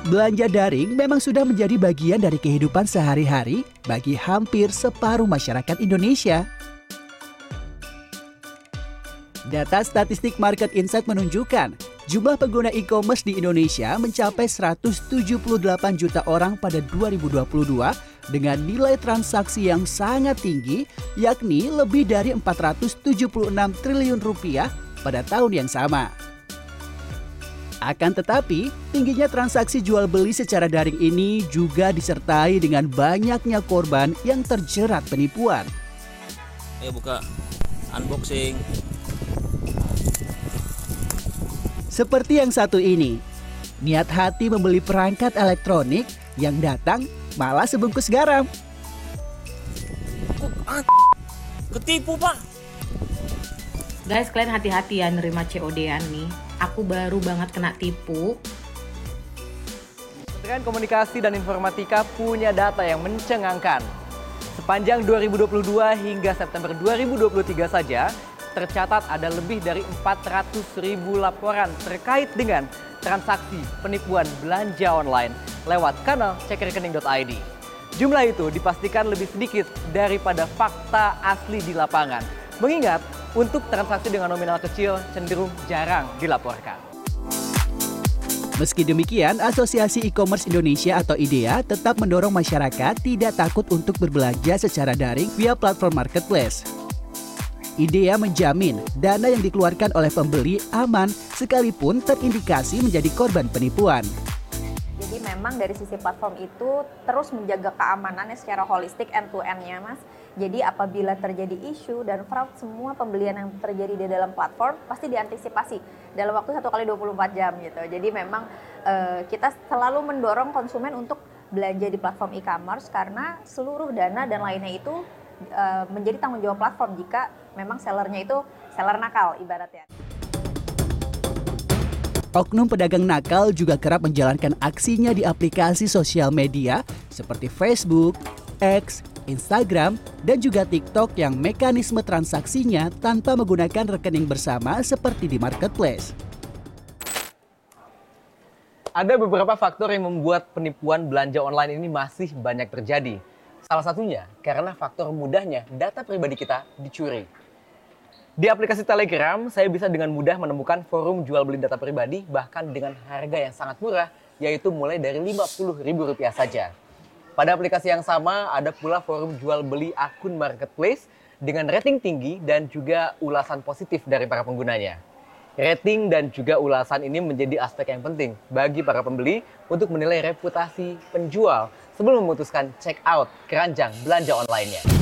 Belanja daring memang sudah menjadi bagian dari kehidupan sehari-hari bagi hampir separuh masyarakat Indonesia. Data statistik Market Insight menunjukkan jumlah pengguna e-commerce di Indonesia mencapai 178 juta orang pada 2022 dengan nilai transaksi yang sangat tinggi, yakni lebih dari 476 triliun rupiah pada tahun yang sama. Akan tetapi, tingginya transaksi jual beli secara daring ini juga disertai dengan banyaknya korban yang terjerat penipuan. Ayo buka unboxing. Seperti yang satu ini, niat hati membeli perangkat elektronik yang datang malah sebungkus garam. Ketipu, Pak. Guys, kalian hati-hati ya nerima COD-an nih. Aku baru banget kena tipu. Kementerian Komunikasi dan Informatika punya data yang mencengangkan. Sepanjang 2022 hingga September 2023 saja, tercatat ada lebih dari 400.000 laporan terkait dengan transaksi penipuan belanja online lewat kanal cekrekening.id. Jumlah itu dipastikan lebih sedikit daripada fakta asli di lapangan. Mengingat untuk transaksi dengan nominal kecil cenderung jarang dilaporkan. Meski demikian, Asosiasi E-commerce Indonesia atau IDEA tetap mendorong masyarakat tidak takut untuk berbelanja secara daring via platform marketplace. IDEA menjamin dana yang dikeluarkan oleh pembeli aman sekalipun terindikasi menjadi korban penipuan. Jadi memang dari sisi platform itu terus menjaga keamanannya secara holistik end-to-end-nya, Mas. Jadi apabila terjadi isu dan fraud, semua pembelian yang terjadi di dalam platform pasti diantisipasi dalam waktu 1 kali 24 jam gitu. Jadi memang kita selalu mendorong konsumen untuk belanja di platform e-commerce karena seluruh dana dan lainnya itu menjadi tanggung jawab platform jika memang sellernya itu seller nakal ibaratnya. Oknum pedagang nakal juga kerap menjalankan aksinya di aplikasi sosial media seperti Facebook, X, Instagram, dan juga TikTok yang mekanisme transaksinya tanpa menggunakan rekening bersama seperti di marketplace. Ada beberapa faktor yang membuat penipuan belanja online ini masih banyak terjadi. Salah satunya karena faktor mudahnya data pribadi kita dicuri. Di aplikasi Telegram, saya bisa dengan mudah menemukan forum jual beli data pribadi bahkan dengan harga yang sangat murah, yaitu mulai dari Rp50.000 saja. Pada aplikasi yang sama, ada pula forum jual beli akun marketplace dengan rating tinggi dan juga ulasan positif dari para penggunanya. Rating dan juga ulasan ini menjadi aspek yang penting bagi para pembeli untuk menilai reputasi penjual sebelum memutuskan check out keranjang belanja online-nya.